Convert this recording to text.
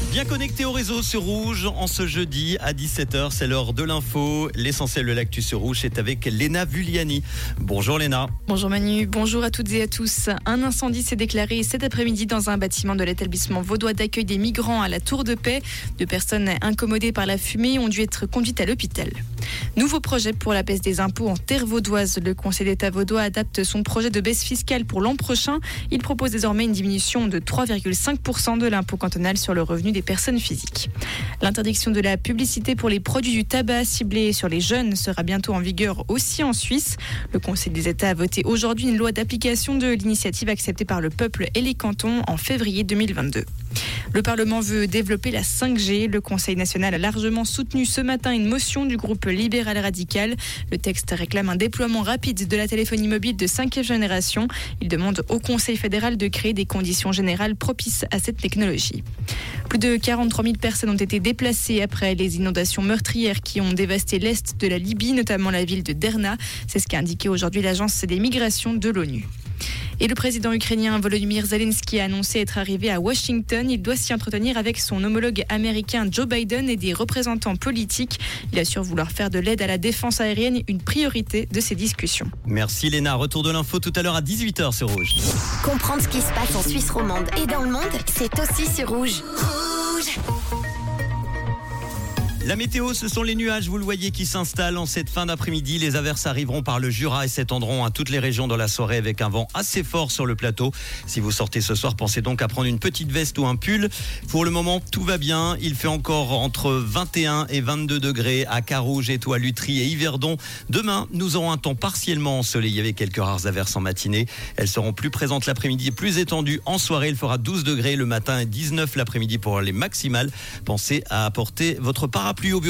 Bien connecté au réseau sur Rouge en ce jeudi à 17h, c'est l'heure de l'info. L'essentiel de l'actu sur Rouge est avec Léna Vulliani. Bonjour Léna. Bonjour Manu, bonjour à toutes et à tous. Un incendie s'est déclaré cet après-midi dans un bâtiment de l'établissement vaudois d'accueil des migrants à la Tour de Paix. 2 personnes incommodées par la fumée ont dû être conduites à l'hôpital. Nouveau projet pour la baisse des impôts en terre vaudoise. Le Conseil d'État vaudois adapte son projet de baisse fiscale pour l'an prochain. Il propose désormais une diminution de 3,5% de l'impôt cantonal sur le revenu des personnes physiques. L'interdiction de la publicité pour les produits du tabac ciblés sur les jeunes sera bientôt en vigueur aussi en Suisse. Le Conseil des États a voté aujourd'hui une loi d'application de l'initiative acceptée par le peuple et les cantons en février 2022. Le Parlement veut développer la 5G. Le Conseil national a largement soutenu ce matin une motion du groupe libéral radical. Le texte réclame un déploiement rapide de la téléphonie mobile de 5e génération. Il demande au Conseil fédéral de créer des conditions générales propices à cette technologie. Plus de 43 000 personnes ont été déplacées après les inondations meurtrières qui ont dévasté l'est de la Libye, notamment la ville de Derna. C'est ce qu'a indiqué aujourd'hui l'agence des migrations de l'ONU. Et le président ukrainien Volodymyr Zelensky a annoncé être arrivé à Washington. Il doit s'y entretenir avec son homologue américain Joe Biden et des représentants politiques. Il assure vouloir faire de l'aide à la défense aérienne une priorité de ces discussions. Merci Léna. Retour de l'info tout à l'heure à 18h sur Rouge. Comprendre ce qui se passe en Suisse romande et dans le monde, c'est aussi sur Rouge. La météo, ce sont les nuages, vous le voyez, qui s'installent en cette fin d'après-midi. Les averses arriveront par le Jura et s'étendront à toutes les régions dans la soirée avec un vent assez fort sur le plateau. Si vous sortez ce soir, pensez donc à prendre une petite veste ou un pull. Pour le moment, tout va bien. Il fait encore entre 21 et 22 degrés à Carouge, Étoile, Lutry et Yverdon. Demain, nous aurons un temps partiellement ensoleillé avec quelques rares averses en matinée. Elles seront plus présentes l'après-midi et plus étendues en soirée. Il fera 12 degrés le matin et 19 l'après-midi pour les maximales. Pensez à apporter votre parapluie au bureau.